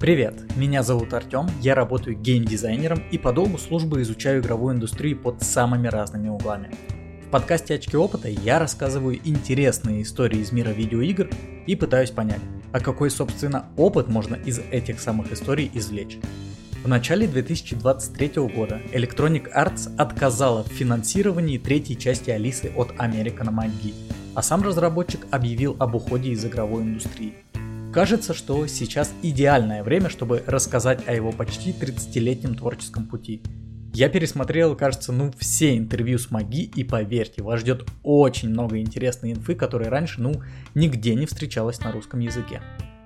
Привет, меня зовут Артем, я работаю геймдизайнером и по долгу службы изучаю игровую индустрию под самыми разными углами. В подкасте «Очки опыта» я рассказываю интересные истории из мира видеоигр и пытаюсь понять, а какой, собственно, опыт можно из этих самых историй извлечь. В начале 2023 года Electronic Arts отказала в финансировании третьей части Алисы от American McGee, а сам разработчик объявил об уходе из игровой индустрии. Кажется, что сейчас идеальное время, чтобы рассказать о его почти 30-летнем творческом пути. Я пересмотрел, кажется, все интервью с Маги, и поверьте, вас ждет очень много интересной инфы, которой раньше, нигде не встречалась на русском языке.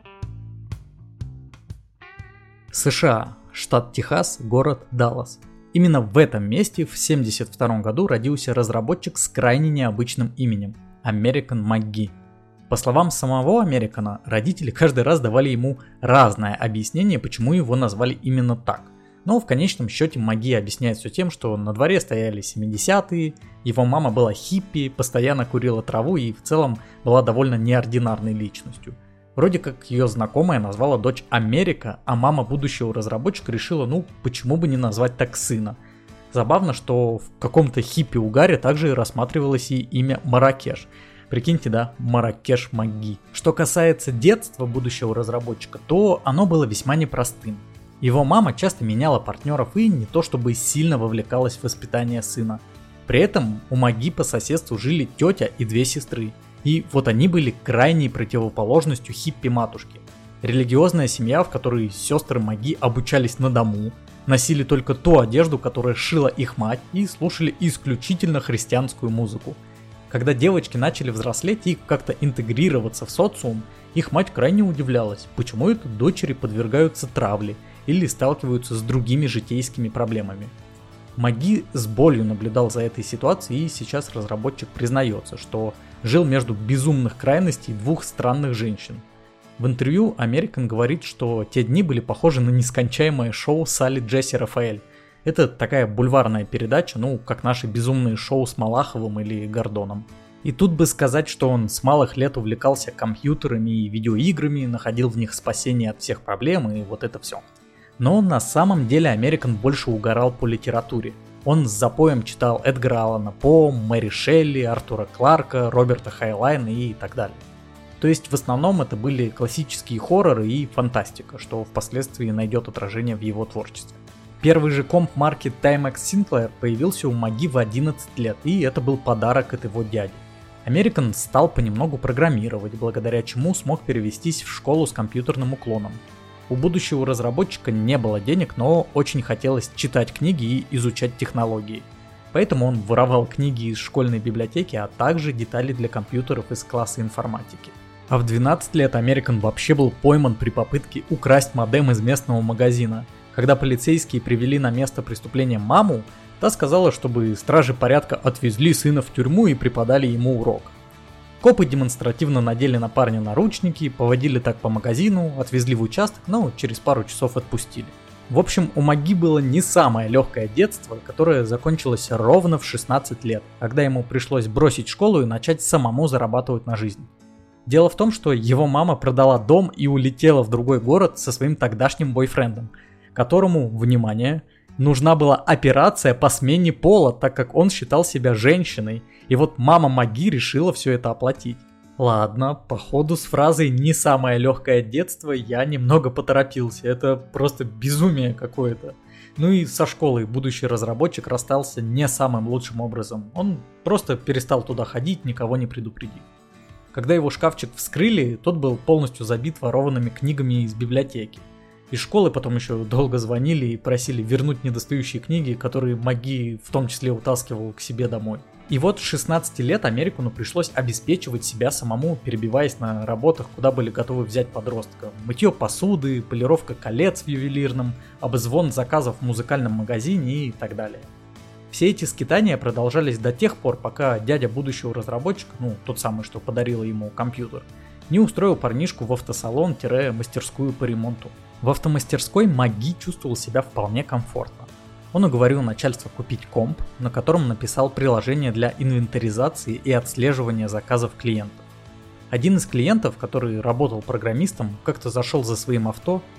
США, штат Техас, город Даллас. Именно в этом месте в 1972 году родился разработчик с крайне необычным именем – American McGee. По словам самого Американа, родители каждый раз давали ему разное объяснение, почему его назвали именно так. Но в конечном счете Маги объясняет все тем, что на дворе стояли 70-е, его мама была хиппи, постоянно курила траву и в целом была довольно неординарной личностью. Вроде как ее знакомая назвала дочь Америка, а мама будущего разработчика решила, почему бы не назвать так сына. Забавно, что в каком-то хиппи-угаре также рассматривалось и имя Марракеш. Прикиньте, да, Марракеш McGee. Что касается детства будущего разработчика, то оно было весьма непростым. Его мама часто меняла партнеров и не то чтобы сильно вовлекалась в воспитание сына. При этом у McGee по соседству жили тетя и две сестры. И вот они были крайней противоположностью хиппи-матушки. Религиозная семья, в которой сестры McGee обучались на дому, носили только ту одежду, которую шила их мать, и слушали исключительно христианскую музыку. Когда девочки начали взрослеть и как-то интегрироваться в социум, их мать крайне удивлялась, почему это дочери подвергаются травле или сталкиваются с другими житейскими проблемами. Маги с болью наблюдал за этой ситуацией, и сейчас разработчик признается, что жил между безумных крайностей двух странных женщин. В интервью Американ говорит, что те дни были похожи на нескончаемое шоу Салли Джесси Рафаэль. Это такая бульварная передача, как наши безумные шоу с Малаховым или Гордоном. И тут бы сказать, что он с малых лет увлекался компьютерами и видеоиграми, находил в них спасение от всех проблем и вот это все. Но на самом деле Американ больше угорал по литературе. Он с запоем читал Эдгара Аллана По, Мэри Шелли, Артура Кларка, Роберта Хайлайна и так далее. То есть в основном это были классические хорроры и фантастика, что впоследствии найдет отражение в его творчестве. Первый же комп марки Timex Sinclair появился у Маги в 11 лет, и это был подарок от его дяди. Американ стал понемногу программировать, благодаря чему смог перевестись в школу с компьютерным уклоном. У будущего разработчика не было денег, но очень хотелось читать книги и изучать технологии. Поэтому он воровал книги из школьной библиотеки, а также детали для компьютеров из класса информатики. А в 12 лет Американ вообще был пойман при попытке украсть модем из местного магазина. Когда полицейские привели на место преступления маму, та сказала, чтобы стражи порядка отвезли сына в тюрьму и преподали ему урок. Копы демонстративно надели на парня наручники, поводили так по магазину, отвезли в участок, но через пару часов отпустили. В общем, у Маги было не самое легкое детство, которое закончилось ровно в 16 лет, когда ему пришлось бросить школу и начать самому зарабатывать на жизнь. Дело в том, что его мама продала дом и улетела в другой город со своим тогдашним бойфрендом, которому, внимание, нужна была операция по смене пола, так как он считал себя женщиной, и вот мама Маги решила все это оплатить. Ладно, походу с фразой «не самое легкое детство» я немного поторопился, это просто безумие какое-то. И со школой будущий разработчик расстался не самым лучшим образом, он просто перестал туда ходить, никого не предупредив. Когда его шкафчик вскрыли, тот был полностью забит ворованными книгами из библиотеки. Из школы потом еще долго звонили и просили вернуть недостающие книги, которые Маги в том числе утаскивал к себе домой. И вот с 16 лет Американу пришлось обеспечивать себя самому, перебиваясь на работах, куда были готовы взять подростка. Мытье посуды, полировка колец в ювелирном, обзвон заказов в музыкальном магазине и так далее. Все эти скитания продолжались до тех пор, пока дядя будущего разработчика, тот самый, что подарил ему компьютер, не устроил парнишку в автосалон-мастерскую по ремонту. В автомастерской Маги чувствовал себя вполне комфортно. Он уговорил начальство купить комп, на котором написал приложение для инвентаризации и отслеживания заказов клиентов. Один из клиентов, который работал программистом, как-то зашел за своим авто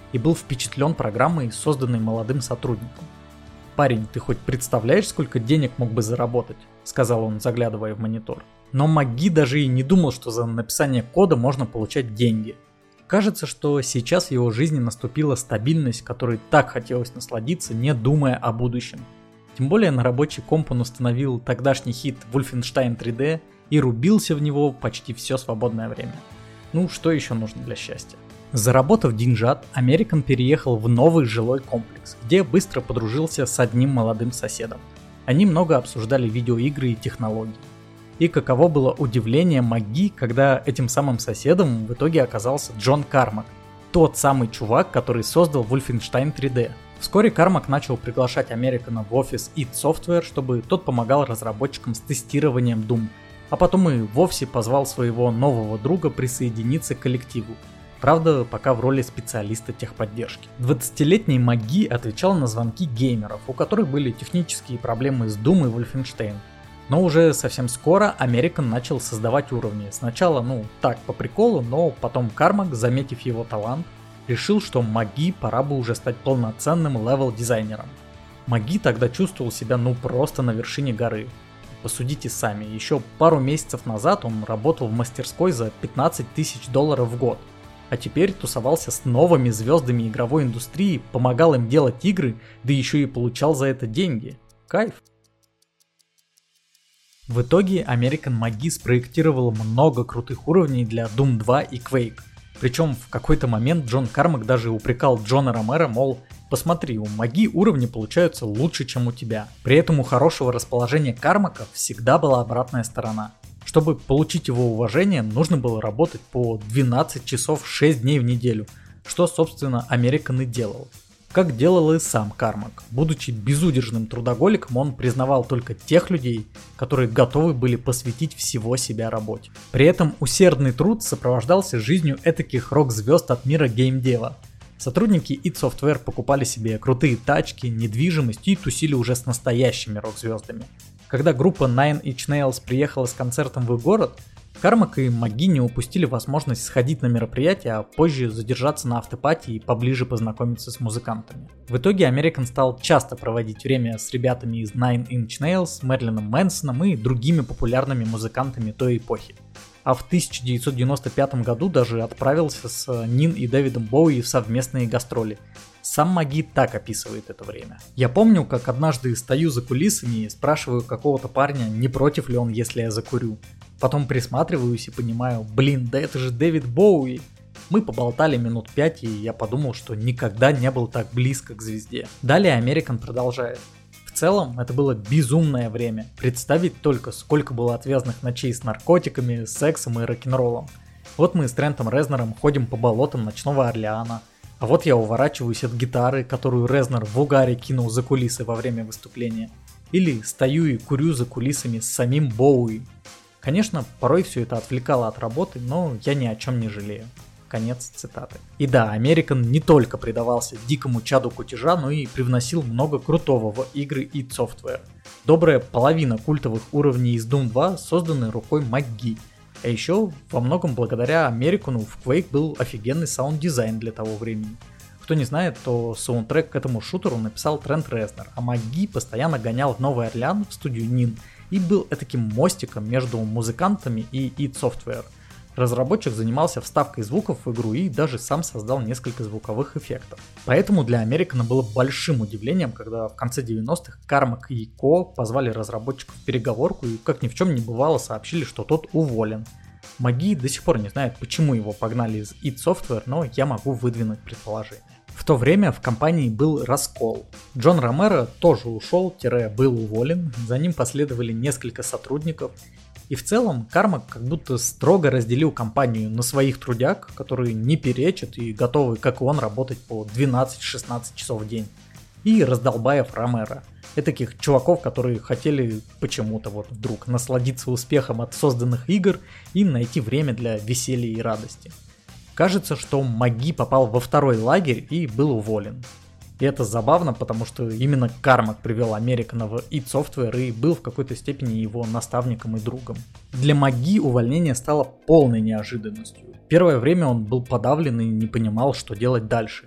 и был впечатлен программой, созданной молодым сотрудником. «Парень, ты хоть представляешь, сколько денег мог бы заработать?» — сказал он, заглядывая в монитор. Но МcGee даже и не думал, что за написание кода можно получать деньги. Кажется, что сейчас в его жизни наступила стабильность, которой так хотелось насладиться, не думая о будущем. Тем более на рабочий комп он установил тогдашний хит Wolfenstein 3D и рубился в него почти все свободное время. Ну, что еще нужно для счастья? Заработав деньжат, Американ переехал в новый жилой комплекс, где быстро подружился с одним молодым соседом. Они много обсуждали видеоигры и технологии. И каково было удивление МcGee, когда этим самым соседом в итоге оказался Джон Кармак, тот самый чувак, который создал Wolfenstein 3D. Вскоре Кармак начал приглашать Американа в офис id Software, чтобы тот помогал разработчикам с тестированием Doom, а потом и вовсе позвал своего нового друга присоединиться к коллективу. Правда, пока в роли специалиста техподдержки. 20-летний МcGee отвечал на звонки геймеров, у которых были технические проблемы с Doom и Wolfenstein. Но уже совсем скоро Американ начал создавать уровни. Сначала, так, по приколу, но потом Кармак, заметив его талант, решил, что МcGee пора бы уже стать полноценным левел-дизайнером. МcGee тогда чувствовал себя просто на вершине горы. Посудите сами, еще пару месяцев назад он работал в мастерской за $15 000 в год. А теперь тусовался с новыми звездами игровой индустрии, помогал им делать игры, да еще и получал за это деньги. Кайф. В итоге American McGee спроектировал много крутых уровней для Doom 2 и Quake. Причем в какой-то момент Джон Кармак даже упрекал Джона Ромеро, мол, посмотри, у McGee уровни получаются лучше, чем у тебя. При этом у хорошего расположения Кармака всегда была обратная сторона. Чтобы получить его уважение, нужно было работать по 12 часов 6 дней в неделю, что, собственно, American и делал. Как делал и сам Кармак. Будучи безудержным трудоголиком, он признавал только тех людей, которые готовы были посвятить всего себя работе. При этом усердный труд сопровождался жизнью этаких рок-звезд от мира геймдева. Сотрудники id Software покупали себе крутые тачки, недвижимость и тусили уже с настоящими рок-звездами. Когда группа Nine Inch Nails приехала с концертом в их город, Кармак и McGee не упустили возможность сходить на мероприятие, а позже задержаться на автопати и поближе познакомиться с музыкантами. В итоге American стал часто проводить время с ребятами из Nine Inch Nails, Мэрилином Мэнсоном и другими популярными музыкантами той эпохи. А в 1995 году даже отправился с Нин и Дэвидом Боуи в совместные гастроли. Сам McGee так описывает это время. «Я помню, как однажды стою за кулисами и спрашиваю какого-то парня, не против ли он, если я закурю. Потом присматриваюсь и понимаю, да это же Дэвид Боуи. Мы поболтали минут 5, и я подумал, что никогда не был так близко к звезде». Далее American продолжает. В целом, это было безумное время. Представить только, сколько было отвязных ночей с наркотиками, сексом и рок-н-роллом. Вот мы с Трентом Резнером ходим по болотам Ночного Орлеана. А вот я уворачиваюсь от гитары, которую Резнер в угаре кинул за кулисы во время выступления. Или стою и курю за кулисами с самим Боуи. Конечно, порой все это отвлекало от работы, но я ни о чем не жалею. Конец цитаты. И да, American не только предавался дикому чаду кутежа, но и привносил много крутого в игры id Software. Добрая половина культовых уровней из Doom 2 созданы рукой McGee. А еще во многом благодаря Американу в Quake был офигенный саунд-дизайн для того времени. Кто не знает, то саундтрек к этому шутеру написал Трент Резнер, а McGee постоянно гонял в Новый Орлеан в студию Нин и был этаким мостиком между музыкантами и id Software. Разработчик занимался вставкой звуков в игру и даже сам создал несколько звуковых эффектов. Поэтому для Американа было большим удивлением, когда в конце 90-х Кармак и Ко позвали разработчиков в переговорку и, как ни в чем не бывало, сообщили, что тот уволен. McGee до сих пор не знает, почему его погнали из id Software, но я могу выдвинуть предположение. В то время в компании был раскол. Джон Ромеро тоже ушел, был уволен, за ним последовали несколько сотрудников. И в целом Кармак как будто строго разделил компанию на своих трудяг, которые не перечат и готовы, как и он, работать по 12-16 часов в день. И раздолбаев Ромеро. Этаких чуваков, которые хотели почему-то вдруг насладиться успехом от созданных игр и найти время для веселья и радости. Кажется, что McGee попал во второй лагерь и был уволен. И это забавно, потому что именно Кармак привел Американа в id Software и был в какой-то степени его наставником и другом. Для McGee увольнение стало полной неожиданностью. Первое время он был подавлен и не понимал, что делать дальше.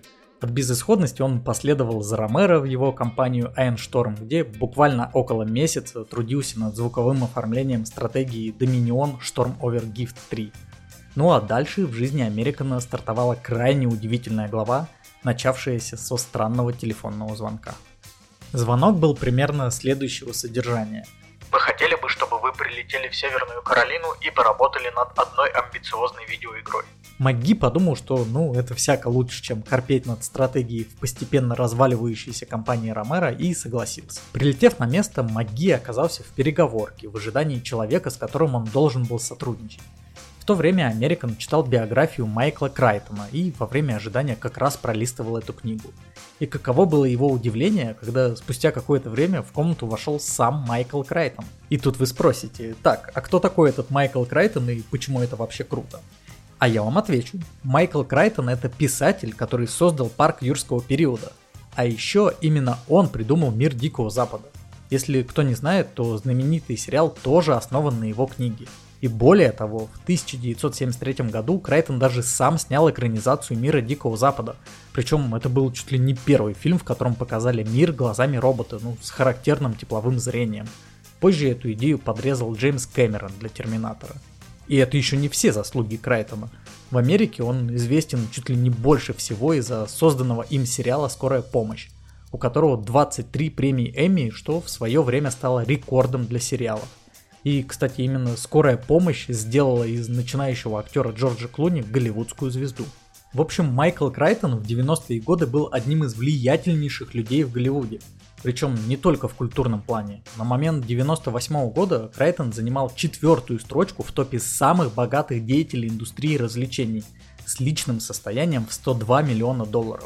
От безысходности он последовал за Ромеро в его компанию Iron Storm, где буквально около месяца трудился над звуковым оформлением стратегии Dominion Storm Over Gift 3. Ну а дальше в жизни Американа стартовала крайне удивительная глава, начавшаяся со странного телефонного звонка. Звонок был примерно следующего содержания. Мы хотели бы, чтобы вы прилетели в Северную Каролину и поработали над одной амбициозной видеоигрой. МакГи подумал, что это всяко лучше, чем корпеть над стратегией в постепенно разваливающейся компании Ромеро, и согласился. Прилетев на место, МакГи оказался в переговорке в ожидании человека, с которым он должен был сотрудничать. В то время Американ читал биографию Майкла Крайтона и во время ожидания как раз пролистывал эту книгу. И каково было его удивление, когда спустя какое-то время в комнату вошел сам Майкл Крайтон. И тут вы спросите, так, а кто такой этот Майкл Крайтон и почему это вообще круто? А я вам отвечу. Майкл Крайтон — это писатель, который создал парк юрского периода. А еще именно он придумал мир Дикого Запада. Если кто не знает, то знаменитый сериал тоже основан на его книге. И более того, в 1973 году Крайтон даже сам снял экранизацию мира Дикого Запада. Причем это был чуть ли не первый фильм, в котором показали мир глазами робота, с характерным тепловым зрением. Позже эту идею подрезал Джеймс Кэмерон для Терминатора. И это еще не все заслуги Крайтона. В Америке он известен чуть ли не больше всего из-за созданного им сериала «Скорая помощь», у которого 23 премии Эмми, что в свое время стало рекордом для сериалов. И, кстати, именно «Скорая помощь» сделала из начинающего актера Джорджа Клуни голливудскую звезду. В общем, Майкл Крайтон в 90-е годы был одним из влиятельнейших людей в Голливуде. Причем не только в культурном плане. На момент 98 года Крайтон занимал 4-ю строчку в топе самых богатых деятелей индустрии развлечений с личным состоянием в $102 миллиона.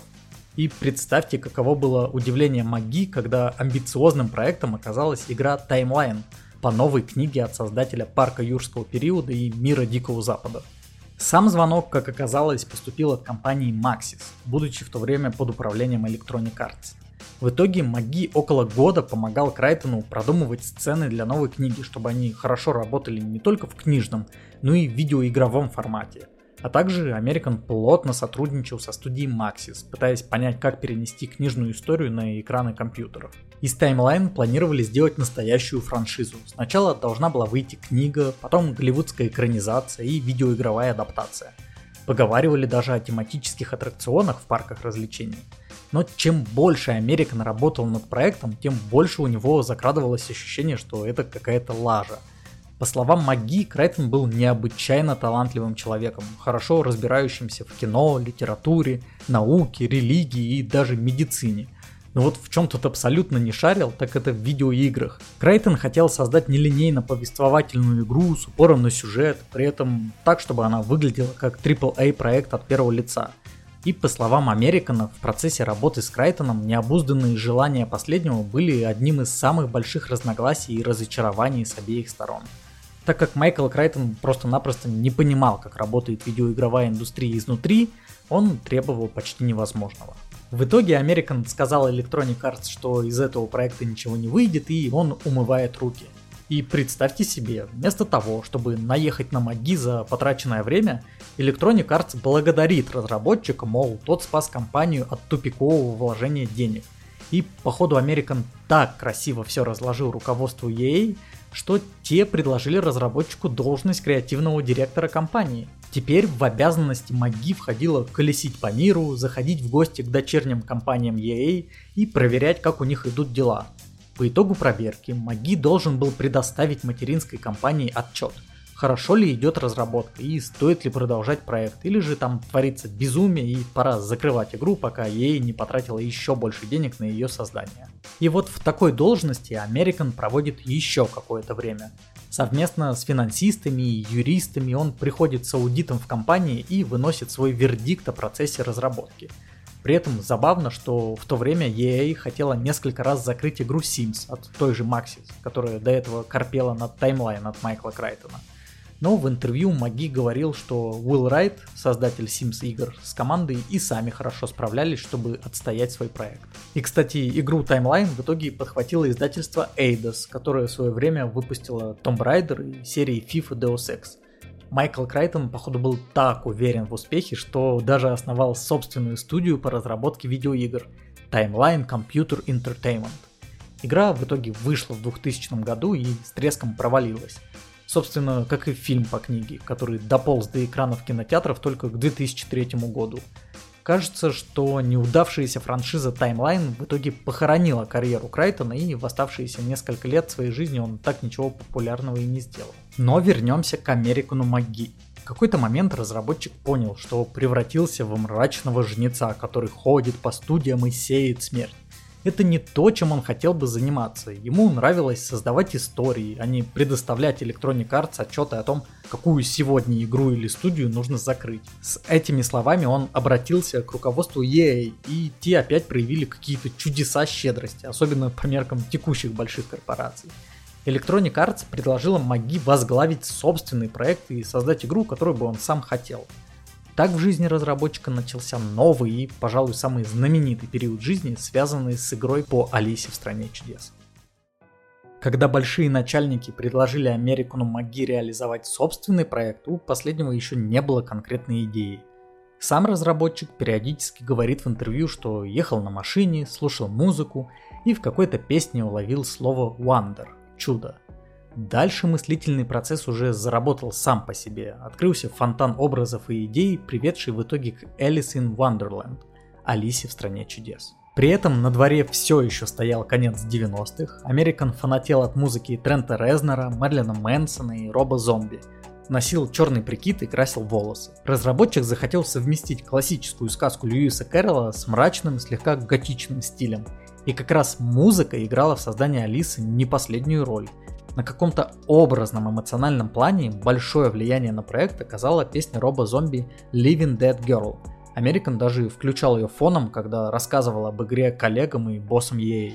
И представьте, каково было удивление МакГи, когда амбициозным проектом оказалась игра Timeline по новой книге от создателя парка юрского периода и мира Дикого Запада. Сам звонок, как оказалось, поступил от компании Maxis, будучи в то время под управлением Electronic Arts. В итоге МакГи около года помогал Крайтону продумывать сцены для новой книги, чтобы они хорошо работали не только в книжном, но и в видеоигровом формате. А также Американ плотно сотрудничал со студией Maxis, пытаясь понять, как перенести книжную историю на экраны компьютеров. Из Timeline планировали сделать настоящую франшизу. Сначала должна была выйти книга, потом голливудская экранизация и видеоигровая адаптация. Поговаривали даже о тематических аттракционах в парках развлечений. Но чем больше Американ работал над проектом, тем больше у него закрадывалось ощущение, что это какая-то лажа. По словам МакГи, Крайтон был необычайно талантливым человеком, хорошо разбирающимся в кино, литературе, науке, религии и даже медицине. Но вот в чем тут абсолютно не шарил, так это в видеоиграх. Крайтон хотел создать нелинейно-повествовательную игру с упором на сюжет, при этом так, чтобы она выглядела как AAA проект от первого лица. И по словам Американа, в процессе работы с Крайтоном необузданные желания последнего были одним из самых больших разногласий и разочарований с обеих сторон. Так как Майкл Крайтон просто-напросто не понимал, как работает видеоигровая индустрия изнутри, он требовал почти невозможного. В итоге Американ сказал Electronic Arts, что из этого проекта ничего не выйдет, и он умывает руки. И представьте себе, вместо того, чтобы наехать на МакГи за потраченное время, Electronic Arts благодарит разработчика, мол, тот спас компанию от тупикового вложения денег. И походу Американ так красиво все разложил руководству EA, что те предложили разработчику должность креативного директора компании. Теперь в обязанности МакГи входило колесить по миру, заходить в гости к дочерним компаниям EA и проверять, как у них идут дела. По итогу проверки МакГи должен был предоставить материнской компании отчет, хорошо ли идет разработка и стоит ли продолжать проект, или же там творится безумие и пора закрывать игру, пока EA не потратила еще больше денег на ее создание. И вот в такой должности Американ проводит еще какое-то время. Совместно с финансистами и юристами он приходит с аудитом в компании и выносит свой вердикт о процессе разработки. При этом забавно, что в то время EA хотела несколько раз закрыть игру Sims от той же Maxis, которая до этого корпела над Timeline от Майкла Крайтона. Но в интервью МакГи говорил, что Уилл Райт, создатель Sims игр, с командой и сами хорошо справлялись, чтобы отстоять свой проект. И, кстати, игру Timeline в итоге подхватило издательство Eidos, которое в свое время выпустило Tomb Raider и серии FIFA Deus Ex. Майкл Крайтон, походу, был так уверен в успехе, что даже основал собственную студию по разработке видеоигр Timeline Computer Entertainment. Игра в итоге вышла в 2000 году и с треском провалилась. Собственно, как и фильм по книге, который дополз до экранов кинотеатров только к 2003 году. Кажется, что неудавшаяся франшиза Timeline в итоге похоронила карьеру Крайтона, и в оставшиеся несколько лет своей жизни он так ничего популярного и не сделал. Но вернемся к Американу МcGee. В какой-то момент разработчик понял, что превратился в мрачного жнеца, который ходит по студиям и сеет смерть. Это не то, чем он хотел бы заниматься. Ему нравилось создавать истории, а не предоставлять Electronic Arts отчеты о том, какую сегодня игру или студию нужно закрыть. С этими словами он обратился к руководству EA, и те опять проявили какие-то чудеса щедрости, особенно по меркам текущих больших корпораций. Electronic Arts предложила McGee возглавить собственный проект и создать игру, которую бы он сам хотел. Так в жизни разработчика начался новый и, пожалуй, самый знаменитый период жизни, связанный с игрой по Алисе в стране чудес. Когда большие начальники предложили Американу McGee реализовать собственный проект, у последнего еще не было конкретной идеи. Сам разработчик периодически говорит в интервью, что ехал на машине, слушал музыку и в какой-то песне уловил слово «wonder» – «чудо». Дальше мыслительный процесс уже заработал сам по себе, открылся фонтан образов и идей, приведший в итоге к Alice in Wonderland – Алисе в стране чудес. При этом на дворе все еще стоял конец 90-х, Американ фанател от музыки Трента Резнора, Мэрилина Мэнсона и Роба Зомби, носил черный прикид и красил волосы. Разработчик захотел совместить классическую сказку Льюиса Кэрролла с мрачным, слегка готичным стилем, и как раз музыка играла в создании Алисы не последнюю роль. На каком-то образном эмоциональном плане большое влияние на проект оказала песня Роба Зомби «Living Dead Girl». Американ даже включал ее фоном, когда рассказывал об игре коллегам и боссам EA.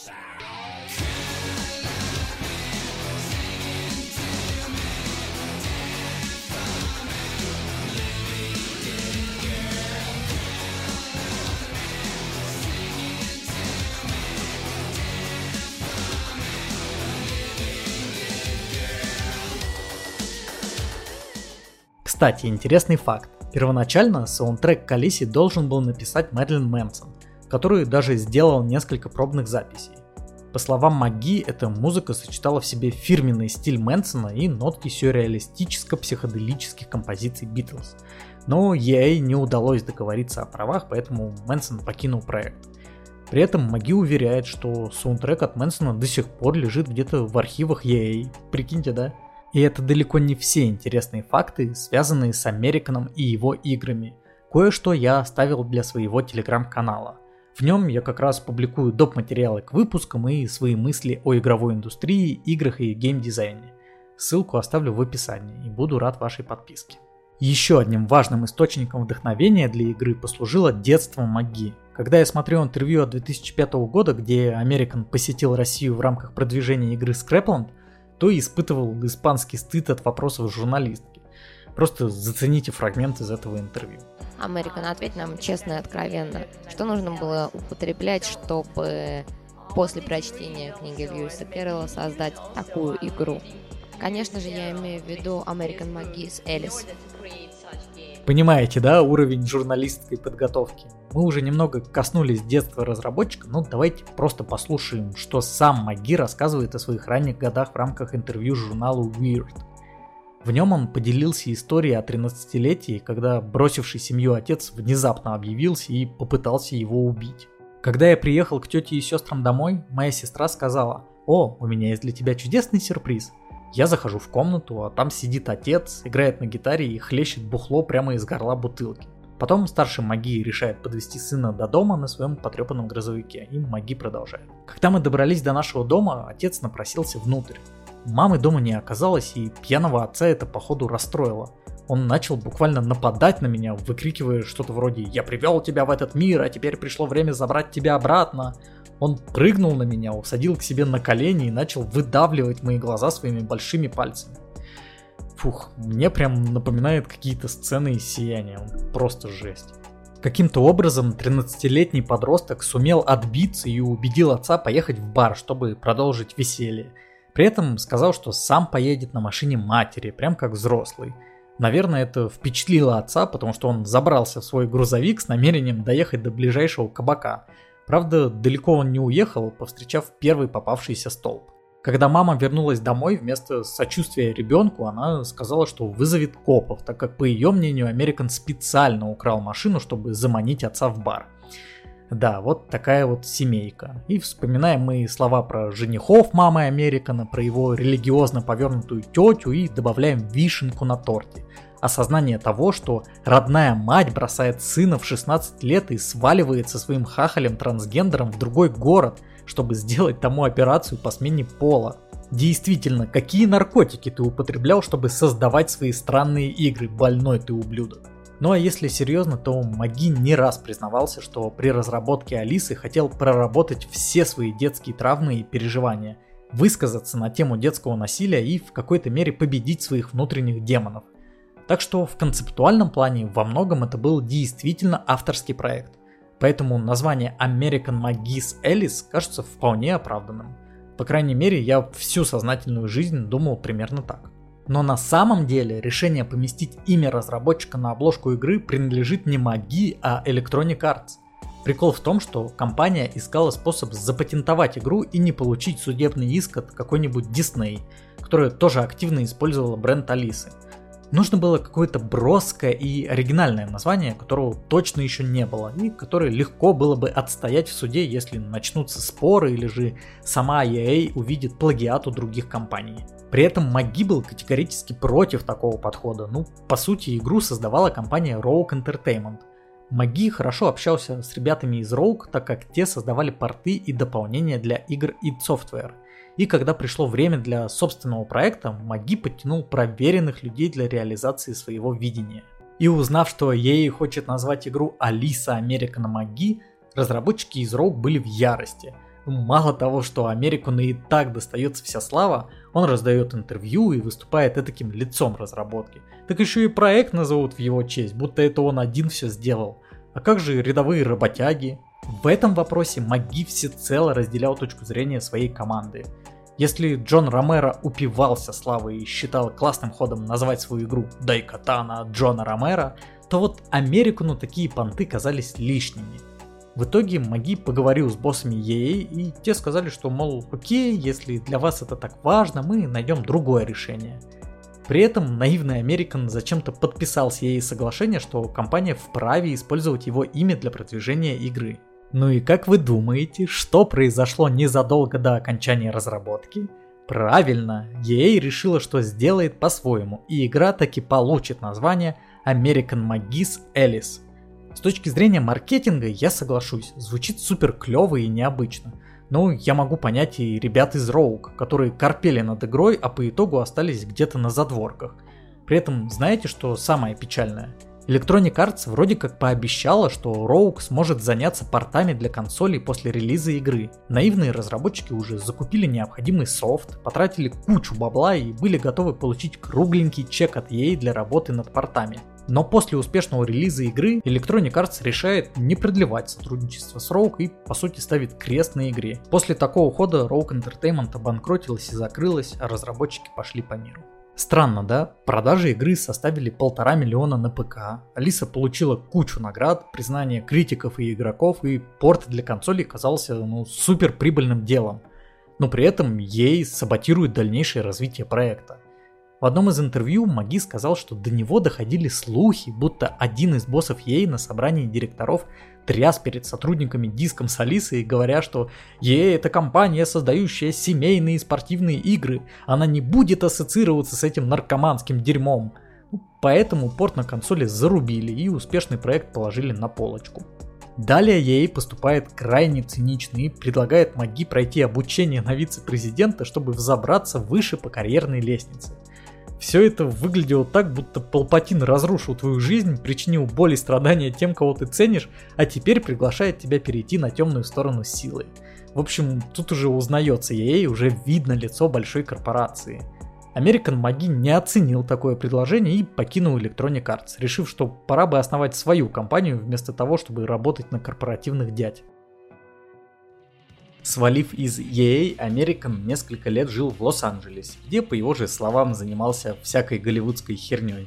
Кстати, интересный факт. Первоначально саундтрек к Алисе должен был написать Мэрилин Мэнсон, который даже сделал несколько пробных записей. По словам McGee, эта музыка сочетала в себе фирменный стиль Мэнсона и нотки сюрреалистическо-психоделических композиций Beatles. Но EA не удалось договориться о правах, поэтому Мэнсон покинул проект. При этом McGee уверяет, что саундтрек от Мэнсона до сих пор лежит где-то в архивах EA. Прикиньте, да? И это далеко не все интересные факты, связанные с Американом и его играми. Кое-что я оставил для своего телеграм-канала. В нем я как раз публикую доп. Материалы к выпускам и свои мысли о игровой индустрии, играх и геймдизайне. Ссылку оставлю в описании и буду рад вашей подписке. Еще одним важным источником вдохновения для игры послужило детство McGee. Когда я смотрел интервью от 2005 года, где Американ посетил Россию в рамках продвижения игры Scrapland, то испытывал испанский стыд от вопросов журналистки. Просто зацените фрагмент из этого интервью. Американ, ответь нам честно и откровенно, что нужно было употреблять, чтобы после прочтения книги Льюиса Кэрролла создать такую игру? Конечно же, я имею в виду American McGee с Элис. Понимаете, да, уровень журналистской подготовки? Мы уже немного коснулись детства разработчика, но давайте просто послушаем, что сам McGee рассказывает о своих ранних годах в рамках интервью журналу Weird. В нем он поделился историей о 13-летии, когда бросивший семью отец внезапно объявился и попытался его убить. Когда я приехал к тете и сестрам домой, моя сестра сказала: «О, у меня есть для тебя чудесный сюрприз». Я захожу в комнату, а там сидит отец, играет на гитаре и хлещет бухло прямо из горла бутылки. Потом старший McGee решает подвезти сына до дома на своем потрепанном грузовике, и McGee продолжает. Когда мы добрались до нашего дома, отец напросился внутрь. Мамы дома не оказалось, и пьяного отца это походу расстроило. Он начал буквально нападать на меня, выкрикивая что-то вроде «Я привел тебя в этот мир, а теперь пришло время забрать тебя обратно». Он прыгнул на меня, усадил к себе на колени и начал выдавливать мои глаза своими большими пальцами. Фух, мне прям напоминает какие-то сцены из «Сияния», просто жесть. Каким-то образом 13-летний подросток сумел отбиться и убедил отца поехать в бар, чтобы продолжить веселье. При этом сказал, что сам поедет на машине матери, прям как взрослый. Наверное, это впечатлило отца, потому что он забрался в свой грузовик с намерением доехать до ближайшего кабака. Правда, далеко он не уехал, повстречав первый попавшийся столб. Когда мама вернулась домой, вместо сочувствия ребенку, она сказала, что вызовет копов, так как, по ее мнению, Американ специально украл машину, чтобы заманить отца в бар. Да, вот такая вот семейка. И вспоминаем мы слова про женихов мамы Американа, про его религиозно повернутую тетю и добавляем вишенку на торте. Осознание того, что родная мать бросает сына в 16 лет и сваливает со своим хахалем-трансгендером в другой город, чтобы сделать тому операцию по смене пола. Действительно, какие наркотики ты употреблял, чтобы создавать свои странные игры, больной ты ублюдок? Ну а если серьезно, то Маги не раз признавался, что при разработке Алисы хотел проработать все свои детские травмы и переживания, высказаться на тему детского насилия и в какой-то мере победить своих внутренних демонов. Так что в концептуальном плане во многом это был действительно авторский проект. Поэтому название American McGee's Alice кажется вполне оправданным. По крайней мере, я всю сознательную жизнь думал примерно так. Но на самом деле решение поместить имя разработчика на обложку игры принадлежит не Маги, а Electronic Arts. Прикол в том, что компания искала способ запатентовать игру и не получить судебный иск от какой-нибудь Disney, которая тоже активно использовала бренд Алисы. Нужно было какое-то броское и оригинальное название, которого точно еще не было, и которое легко было бы отстоять в суде, если начнутся споры или же сама EA увидит плагиат у других компаний. При этом Маги был категорически против такого подхода. По сути, игру создавала компания Rogue Entertainment. Маги хорошо общался с ребятами из Rogue, так как те создавали порты и дополнения для игр id Software. И когда пришло время для собственного проекта, Маги подтянул проверенных людей для реализации своего видения. И узнав, что EA хочет назвать игру Алиса American Маги, разработчики из Rogue были в ярости. Мало того, что Американу и так достается вся слава, он раздает интервью и выступает этаким лицом разработки. Так еще и проект назовут в его честь, будто это он один все сделал. А как же рядовые работяги? В этом вопросе Маги всецело разделял точку зрения своей команды. Если Джон Ромеро упивался славой и считал классным ходом назвать свою игру Дайкатана Джона Ромеро, то вот Американу такие понты казались лишними. В итоге Маги поговорил с боссами EA, и те сказали, что, мол, окей, если для вас это так важно, мы найдем другое решение. При этом наивный Американ зачем-то подписал с EA соглашение, что компания вправе использовать его имя для продвижения игры. Ну и как вы думаете, что произошло незадолго до окончания разработки? Правильно, EA решила, что сделает по-своему, и игра таки получит название American McGee's Alice. С точки зрения маркетинга я соглашусь, звучит супер клево и необычно. Но я могу понять и ребят из Rogue, которые корпели над игрой, а по итогу остались где-то на задворках. При этом знаете, что самое печальное? Electronic Arts вроде как пообещала, что Rogue сможет заняться портами для консолей после релиза игры. Наивные разработчики уже закупили необходимый софт, потратили кучу бабла и были готовы получить кругленький чек от EA для работы над портами. Но после успешного релиза игры Electronic Arts решает не продлевать сотрудничество с Rogue и по сути ставит крест на игре. После такого хода Rogue Entertainment обанкротилась и закрылась, а разработчики пошли по миру. Странно, да? Продажи игры составили 1,5 миллиона на ПК, Алиса получила кучу наград, признание критиков и игроков, и порт для консолей казался супер прибыльным делом. Но при этом EA саботирует дальнейшее развитие проекта. В одном из интервью Маги сказал, что до него доходили слухи, будто один из боссов EA на собрании директоров тряс перед сотрудниками диском с Алисой, говоря, что EA это компания, создающая семейные и спортивные игры, она не будет ассоциироваться с этим наркоманским дерьмом. Поэтому порт на консоли зарубили и успешный проект положили на полочку. Далее EA поступает крайне цинично и предлагает Маги пройти обучение на вице-президента, чтобы взобраться выше по карьерной лестнице. Все это выглядело так, будто Палпатин разрушил твою жизнь, причинил боль и страдания тем, кого ты ценишь, а теперь приглашает тебя перейти на темную сторону силы. В общем, тут уже узнается EA, уже видно лицо большой корпорации. American Маги не оценил такое предложение и покинул Electronic Arts, решив, что пора бы основать свою компанию вместо того, чтобы работать на корпоративных дядь. Свалив из EA, American несколько лет жил в Лос-Анджелесе, где, по его же словам, занимался всякой голливудской херней.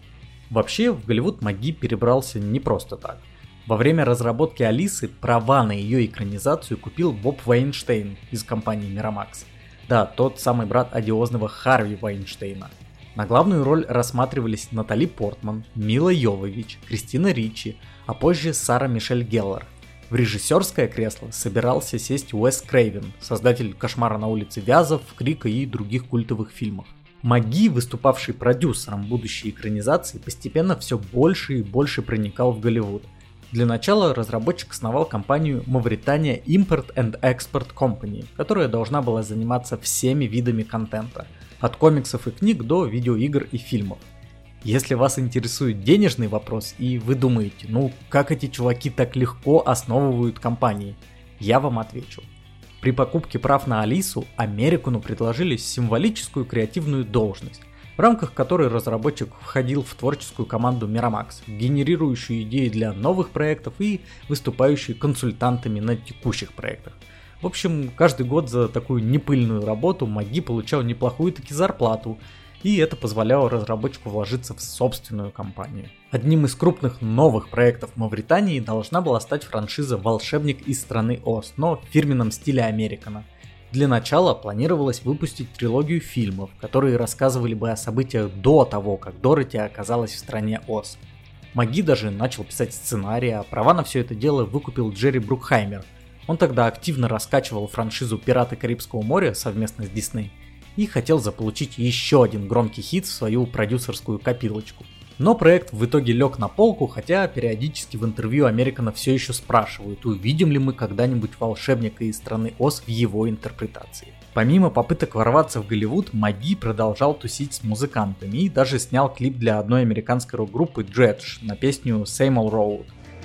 Вообще, в Голливуд Маги перебрался не просто так. Во время разработки Алисы права на ее экранизацию купил Боб Вайнштейн из компании Miramax. Да, тот самый брат одиозного Харви Вайнштейна. На главную роль рассматривались Натали Портман, Мила Йовович, Кристина Ричи, а позже Сара Мишель Геллар. В режиссерское кресло собирался сесть Уэс Крейвен, создатель «Кошмара на улице Вязов», «Крика» и других культовых фильмов. Маги, выступавший продюсером будущей экранизации, постепенно все больше и больше проникал в Голливуд. Для начала разработчик основал компанию Mauritania Import and Export Company, которая должна была заниматься всеми видами контента, от комиксов и книг до видеоигр и фильмов. Если вас интересует денежный вопрос и вы думаете, как эти чуваки так легко основывают компании, я вам отвечу. При покупке прав на Алису Американу предложили символическую креативную должность, в рамках которой разработчик входил в творческую команду Miramax, генерирующую идеи для новых проектов и выступающую консультантами на текущих проектах. В общем, каждый год за такую непыльную работу Маги получал неплохую таки зарплату, и это позволяло разработчику вложиться в собственную компанию. Одним из крупных новых проектов Мавритании должна была стать франшиза «Волшебник из страны Оз», но в фирменном стиле Американа. Для начала планировалось выпустить трилогию фильмов, которые рассказывали бы о событиях до того, как Дороти оказалась в стране Оз. Маги даже начал писать сценарий, а права на все это дело выкупил Джерри Брукхаймер. Он тогда активно раскачивал франшизу «Пираты Карибского моря» совместно с Дисней и хотел заполучить еще один громкий хит в свою продюсерскую копилочку. Но проект в итоге лег на полку, хотя периодически в интервью Американа все еще спрашивают, увидим ли мы когда-нибудь волшебника из страны Оз в его интерпретации. Помимо попыток ворваться в Голливуд, Маги продолжал тусить с музыкантами и даже снял клип для одной американской рок-группы Dredge на песню Same Old Road.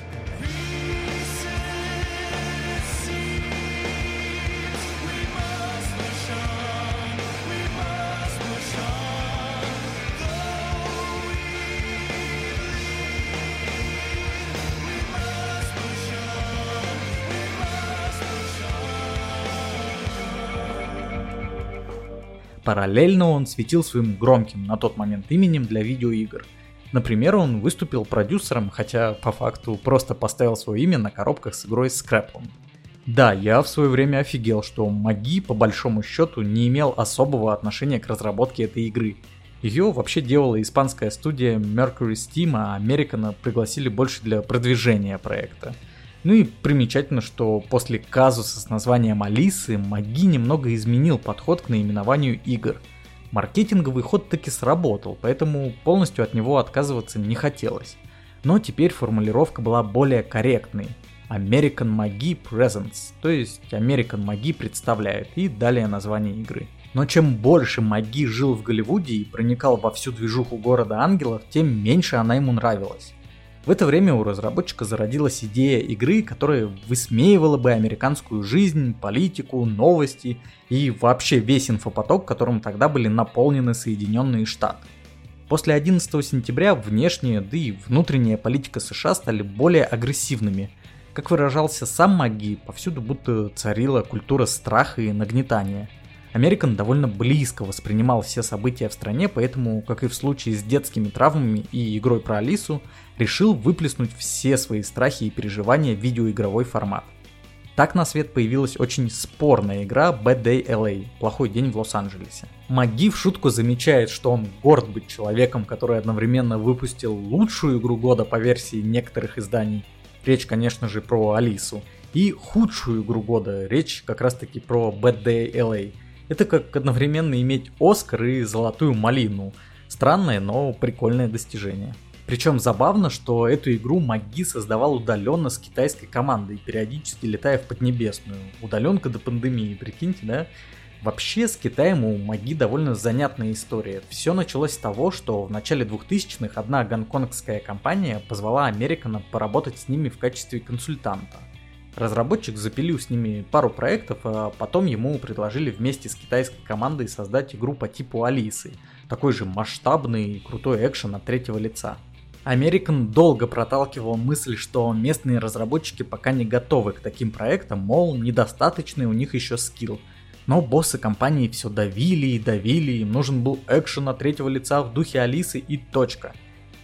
Параллельно он светил своим громким на тот момент именем для видеоигр. Например, он выступил продюсером, хотя по факту просто поставил свое имя на коробках с игрой Scrapland. Да, я в свое время офигел, что Маги по большому счету не имел особого отношения к разработке этой игры. Ее вообще делала испанская студия Mercury Steam, а Американа пригласили больше для продвижения проекта. Ну и примечательно, что после казуса с названием Алисы Маги немного изменил подход к наименованию игр. Маркетинговый ход таки сработал, поэтому полностью от него отказываться не хотелось. Но теперь формулировка была более корректной. American Magi Presents, то есть American Magi представляет, и далее название игры. Но чем больше Маги жил в Голливуде и проникал во всю движуху города ангелов, тем меньше она ему нравилась. В это время у разработчика зародилась идея игры, которая высмеивала бы американскую жизнь, политику, новости и вообще весь инфопоток, которым тогда были наполнены Соединенные Штаты. После 11 сентября внешняя, да и внутренняя политика США стали более агрессивными. Как выражался сам Маги, повсюду будто царила культура страха и нагнетания. Американ довольно близко воспринимал все события в стране, поэтому, как и в случае с детскими травмами и игрой про Алису, решил выплеснуть все свои страхи и переживания в видеоигровой формат. Так на свет появилась очень спорная игра Bad Day LA – плохой день в Лос-Анджелесе. Маги в шутку замечает, что он горд быть человеком, который одновременно выпустил лучшую игру года по версии некоторых изданий, речь, конечно же, про Алису, и худшую игру года, речь как раз таки про Bad Day LA. Это как одновременно иметь Оскар и Золотую малину. Странное, но прикольное достижение. Причем забавно, что эту игру Маги создавал удаленно с китайской командой, периодически летая в Поднебесную. Удаленка до пандемии, прикиньте, да? Вообще с Китаем у Маги довольно занятная история. Все началось с того, что в начале 2000-х одна гонконгская компания позвала Американа поработать с ними в качестве консультанта. Разработчик запилил с ними пару проектов, а потом ему предложили вместе с китайской командой создать игру по типу Алисы, такой же масштабный и крутой экшен от третьего лица. Американ долго проталкивал мысль, что местные разработчики пока не готовы к таким проектам, мол, недостаточный у них еще скилл. Но боссы компании все давили и давили, им нужен был экшен от третьего лица в духе Алисы и точка.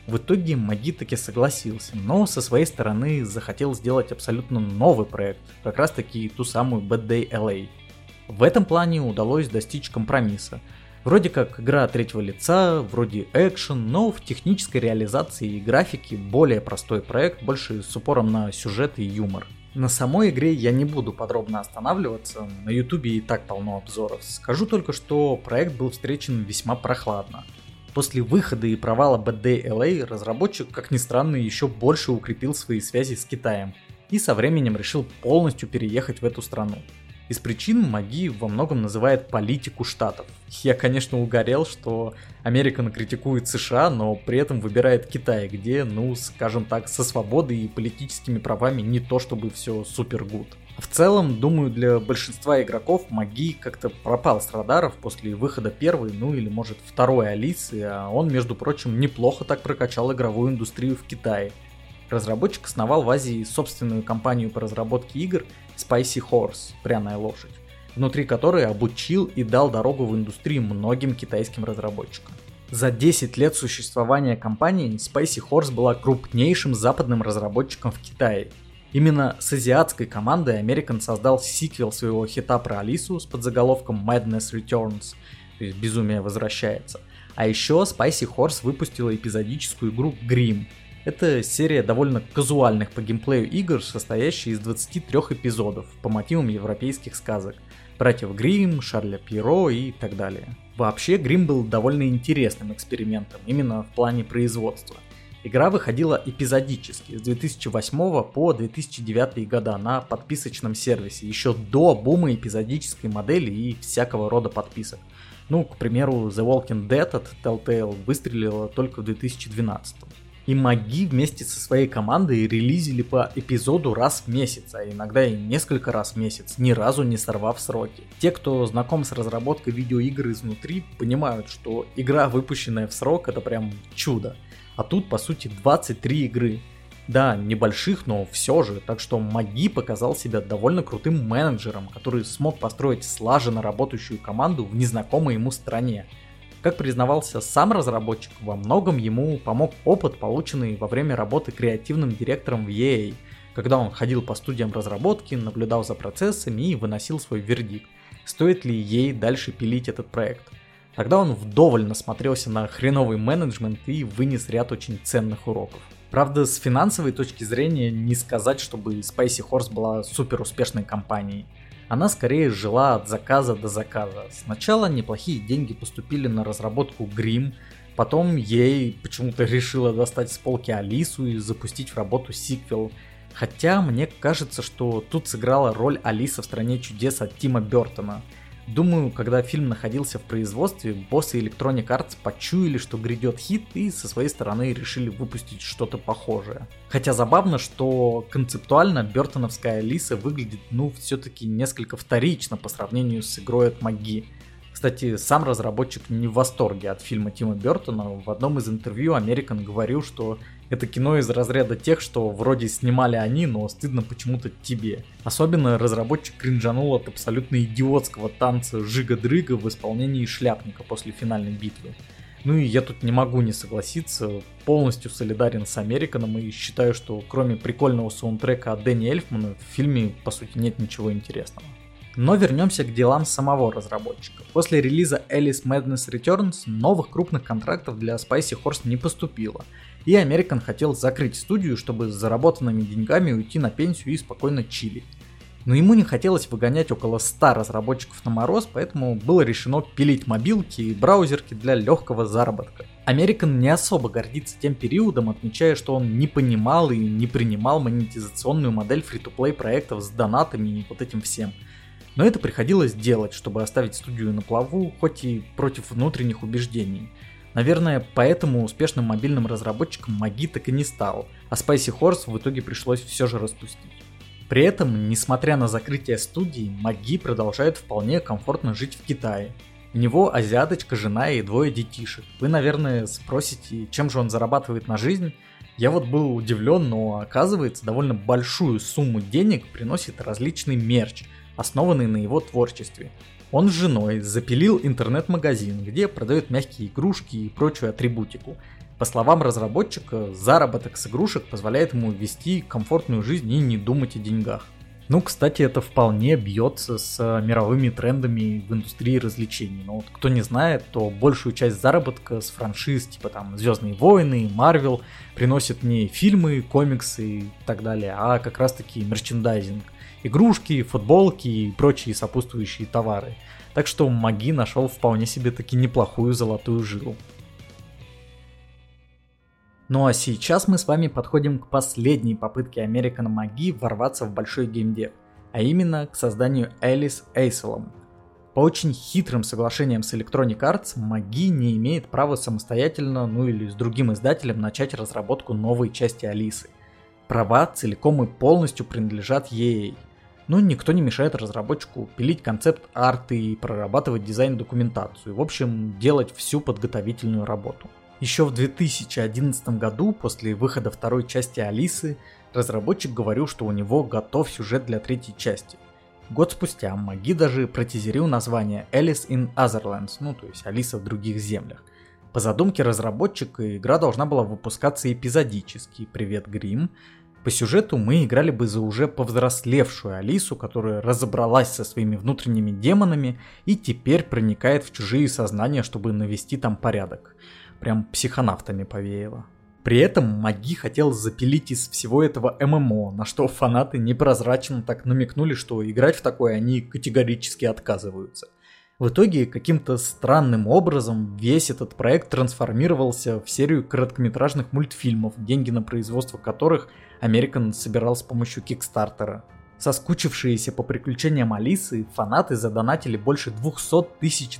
В итоге Маги таки согласился, но со своей стороны захотел сделать абсолютно новый проект, как раз таки ту самую Bad Day LA. В этом плане удалось достичь компромисса. Вроде как игра от третьего лица, вроде экшен, но в технической реализации и графике более простой проект, больше с упором на сюжет и юмор. На самой игре я не буду подробно останавливаться, на ютубе и так полно обзоров. Скажу только, что проект был встречен весьма прохладно. После выхода и провала Bad Day LA разработчик, как ни странно, еще больше укрепил свои связи с Китаем и со временем решил полностью переехать в эту страну. Из причин Маги во многом называет политику штатов. Я, конечно, угорел, что Америка критикует США, но при этом выбирает Китай, где, скажем так, со свободой и политическими правами не то чтобы все супер гуд. В целом, думаю, для большинства игроков Маги как-то пропал с радаров после выхода первой, или может второй Алисы, а он, между прочим, неплохо так прокачал игровую индустрию в Китае. Разработчик основал в Азии собственную компанию по разработке игр Spicy Horse, пряная лошадь, внутри которой обучил и дал дорогу в индустрию многим китайским разработчикам. За 10 лет существования компании Spicy Horse была крупнейшим западным разработчиком в Китае. Именно с азиатской командой American создал сиквел своего хита про Алису с подзаголовком Madness Returns, то есть Безумие возвращается. А еще Spicy Horse выпустила эпизодическую игру Grimm. Это серия довольно казуальных по геймплею игр, состоящая из 23 эпизодов по мотивам европейских сказок. Братьев Гримм, Шарля Пьеро и так далее. Вообще Grimm был довольно интересным экспериментом, именно в плане производства. Игра выходила эпизодически с 2008 по 2009 года на подписочном сервисе, еще до бума эпизодической модели и всякого рода подписок. К примеру, The Walking Dead от Telltale выстрелила только в 2012. И Маги вместе со своей командой релизили по эпизоду раз в месяц, а иногда и несколько раз в месяц, ни разу не сорвав сроки. Те, кто знаком с разработкой видеоигр изнутри, понимают, что игра, выпущенная в срок, это прям чудо. А тут, по сути, 23 игры. Да, небольших, но все же, так что Маги показал себя довольно крутым менеджером, который смог построить слаженно работающую команду в незнакомой ему стране. Как признавался сам разработчик, во многом ему помог опыт, полученный во время работы креативным директором в EA, когда он ходил по студиям разработки, наблюдал за процессами и выносил свой вердикт, стоит ли EA дальше пилить этот проект. Тогда он вдоволь насмотрелся на хреновый менеджмент и вынес ряд очень ценных уроков. Правда, с финансовой точки зрения не сказать, чтобы Spicy Horse была супер успешной компанией. Она скорее жила от заказа до заказа. Сначала неплохие деньги поступили на разработку Grimm, потом EA почему-то решила достать с полки Алису и запустить в работу сиквел. Хотя мне кажется, что тут сыграла роль Алиса в стране чудес от Тима Бёртона. Думаю, когда фильм находился в производстве, боссы Electronic Arts почуяли, что грядет хит, и со своей стороны решили выпустить что-то похожее. Хотя забавно, что концептуально бёртоновская Алиса выглядит, все-таки несколько вторично по сравнению с игрой от Маги. Кстати, сам разработчик не в восторге от фильма Тима Бёртона. В одном из интервью American говорил, что это кино из разряда тех, что вроде снимали они, но стыдно почему-то тебе. Особенно разработчик кринжанул от абсолютно идиотского танца Жига-дрыга в исполнении Шляпника после финальной битвы. И я тут не могу не согласиться, полностью солидарен с Американом и считаю, что кроме прикольного саундтрека от Дэнни Эльфмана в фильме по сути нет ничего интересного. Но вернемся к делам самого разработчика. После релиза Alice Madness Returns новых крупных контрактов для Spicy Horse не поступило, и American хотел закрыть студию, чтобы с заработанными деньгами уйти на пенсию и спокойно чилить. Но ему не хотелось выгонять около 100 разработчиков на мороз, поэтому было решено пилить мобилки и браузерки для легкого заработка. American не особо гордится тем периодом, отмечая, что он не понимал и не принимал монетизационную модель фри-то-плей проектов с донатами и вот этим всем. Но это приходилось делать, чтобы оставить студию на плаву, хоть и против внутренних убеждений. Наверное, поэтому успешным мобильным разработчиком Маги так и не стал, а Spicy Horse в итоге пришлось все же распустить. При этом, несмотря на закрытие студии, Маги продолжает вполне комфортно жить в Китае. У него азиаточка, жена и 2 детишек. Вы, наверное, спросите, чем же он зарабатывает на жизнь? Я вот был удивлен, но оказывается, довольно большую сумму денег приносит различный мерч, основанный на его творчестве. Он с женой запилил интернет-магазин, где продают мягкие игрушки и прочую атрибутику. По словам разработчика, заработок с игрушек позволяет ему вести комфортную жизнь и не думать о деньгах. Ну, кстати, это вполне бьется с мировыми трендами в индустрии развлечений. Но вот кто не знает, то большую часть заработка с франшиз, типа там «Звездные войны», «Марвел», приносят не фильмы, комиксы и так далее, а как раз-таки мерчендайзинг. Игрушки, футболки и прочие сопутствующие товары. Так что Маги нашел вполне себе таки неплохую золотую жилу. Ну а сейчас мы с вами подходим к последней попытке American Маги ворваться в большой геймдев, а именно к созданию Alice Asylum. По очень хитрым соглашениям с Electronic Arts, Маги не имеет права самостоятельно, ну или с другим издателем начать разработку новой части Алисы. Права целиком и полностью принадлежат EA. Но никто не мешает разработчику пилить концепт-арт и прорабатывать дизайн-документацию, в общем, делать всю подготовительную работу. Еще в 2011 году, после выхода второй части Алисы, разработчик говорил, что у него готов сюжет для третьей части. Год спустя Маги даже протизерил название Alice in Otherlands, ну то есть Алиса в других землях. По задумке разработчика игра должна была выпускаться эпизодически, привет Грим. По сюжету мы играли бы за уже повзрослевшую Алису, которая разобралась со своими внутренними демонами и теперь проникает в чужие сознания, чтобы навести там порядок. Прям психонавтами повеяло. При этом Маги хотел запилить из всего этого ММО, на что фанаты непрозрачно так намекнули, что играть в такое они категорически отказываются. В итоге каким-то странным образом весь этот проект трансформировался в серию короткометражных мультфильмов, деньги на производство которых American собирал с помощью Кикстартера. Соскучившиеся по приключениям Алисы, фанаты задонатили больше $200 тысяч,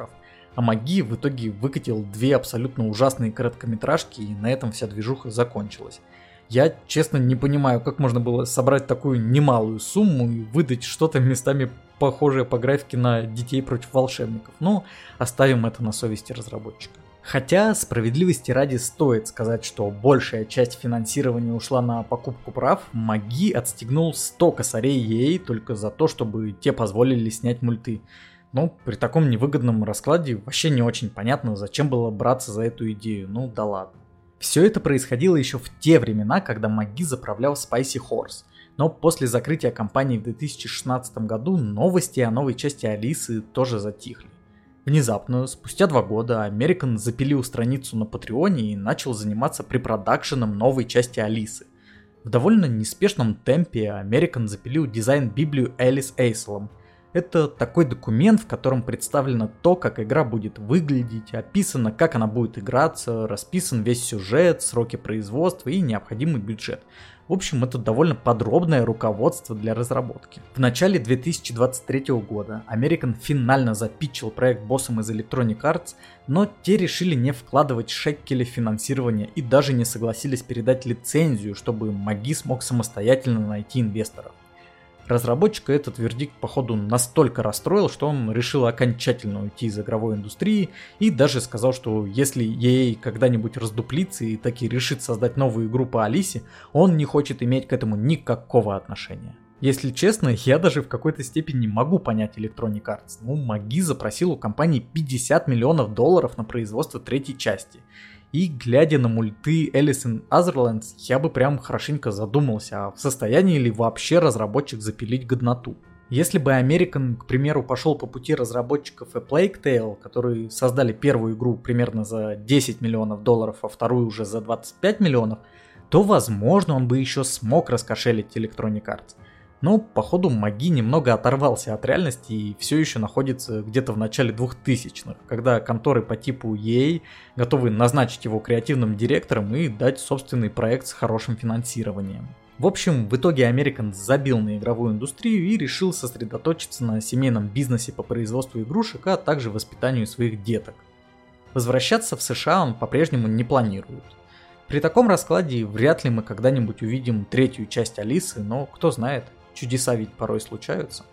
а Маги в итоге выкатил 2 абсолютно ужасные короткометражки, и на этом вся движуха закончилась. Я, честно, не понимаю, как можно было собрать такую немалую сумму и выдать что-то местами похожее по графике на «Детей против волшебников», но оставим это на совести разработчика. Хотя, справедливости ради, стоит сказать, что большая часть финансирования ушла на покупку прав, Маги отстегнул 100 косарей EA только за то, чтобы те позволили снять мульты. Но при таком невыгодном раскладе вообще не очень понятно, зачем было браться за эту идею, ну да ладно. Все это происходило еще в те времена, когда Маги заправлял Spicy Horse. Но после закрытия компании в 2016 году новости о новой части Алисы тоже затихли. Внезапно, спустя 2 года, American запилил страницу на Патреоне и начал заниматься препродакшеном новой части Алисы. В довольно неспешном темпе American запилил дизайн-библию Alice Asylum. Это такой документ, в котором представлено то, как игра будет выглядеть, описано, как она будет играться, расписан весь сюжет, сроки производства и необходимый бюджет. В общем, это довольно подробное руководство для разработки. В начале 2023 года American финально запитчил проект боссам из Electronic Arts, но те решили не вкладывать шекели в финансирование и даже не согласились передать лицензию, чтобы Маги смог самостоятельно найти инвесторов. Разработчика этот вердикт, походу, настолько расстроил, что он решил окончательно уйти из игровой индустрии и даже сказал, что если EA когда-нибудь раздуплится и таки решит создать новую игру по Алисе, он не хочет иметь к этому никакого отношения. Если честно, я даже в какой-то степени могу понять Electronic Arts. Маги запросил у компании $50 миллионов на производство третьей части. И глядя на мульты Alice in Otherlands, я бы прям хорошенько задумался, а в состоянии ли вообще разработчик запилить годноту. Если бы American, к примеру, пошел по пути разработчиков A Plague Tale, которые создали первую игру примерно за $10 миллионов, а вторую уже за 25 миллионов, то, возможно, он бы еще смог раскошелить Electronic Arts. Но, походу, Маги немного оторвался от реальности и все еще находится где-то в начале 2000-х, когда конторы по типу EA готовы назначить его креативным директором и дать собственный проект с хорошим финансированием. В общем, в итоге American забил на игровую индустрию и решил сосредоточиться на семейном бизнесе по производству игрушек, а также воспитанию своих деток. Возвращаться в США он по-прежнему не планирует. При таком раскладе вряд ли мы когда-нибудь увидим третью часть Алисы, но кто знает. Чудеса ведь порой случаются.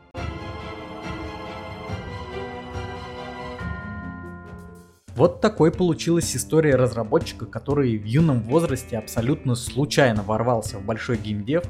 Вот такой получилась история разработчика, который в юном возрасте абсолютно случайно ворвался в большой геймдев,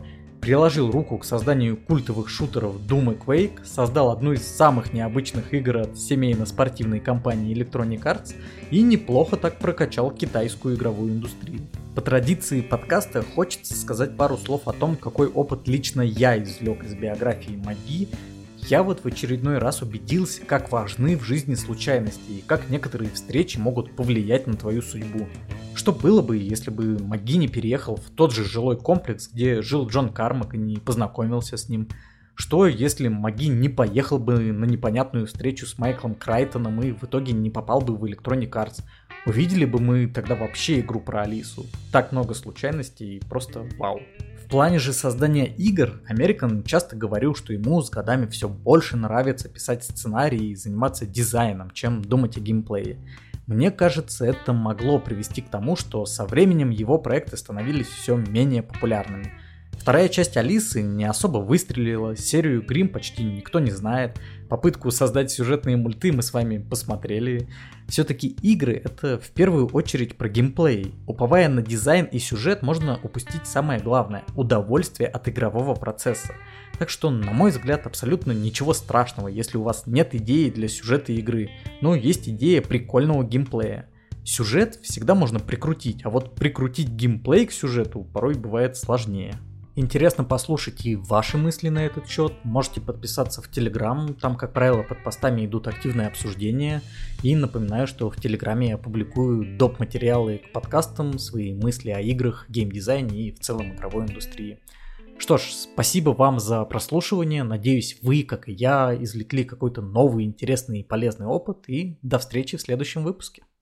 приложил руку к созданию культовых шутеров Doom и Quake, создал одну из самых необычных игр от семейно-спортивной компании Electronic Arts и неплохо так прокачал китайскую игровую индустрию. По традиции подкаста хочется сказать пару слов о том, какой опыт лично я извлек из биографии Маги. Я вот в очередной раз убедился, как важны в жизни случайности и как некоторые встречи могут повлиять на твою судьбу. Что было бы, если бы Маги не переехал в тот же жилой комплекс, где жил Джон Кармак, и не познакомился с ним? Что, если Маги не поехал бы на непонятную встречу с Майклом Крайтоном и в итоге не попал бы в Electronic Arts? Увидели бы мы тогда вообще игру про Алису? Так много случайностей и просто вау. В плане же создания игр Американ часто говорил, что ему с годами все больше нравится писать сценарии и заниматься дизайном, чем думать о геймплее. Мне кажется, это могло привести к тому, что со временем его проекты становились все менее популярными. Вторая часть Алисы не особо выстрелила, серию Грим почти никто не знает, попытку создать сюжетные мульты мы с вами посмотрели. Все-таки игры — это в первую очередь про геймплей. Уповая на дизайн и сюжет, можно упустить самое главное — удовольствие от игрового процесса. Так что, на мой взгляд, абсолютно ничего страшного, если у вас нет идеи для сюжета игры, но есть идея прикольного геймплея. Сюжет всегда можно прикрутить, а вот прикрутить геймплей к сюжету порой бывает сложнее. Интересно послушать и ваши мысли на этот счет. Можете подписаться в Telegram, там, как правило, под постами идут активные обсуждения. И напоминаю, что в Телеграме я публикую доп. Материалы к подкастам, свои мысли о играх, геймдизайне и в целом игровой индустрии. Что ж, спасибо вам за прослушивание. Надеюсь, вы, как и я, извлекли какой-то новый, интересный и полезный опыт. И до встречи в следующем выпуске.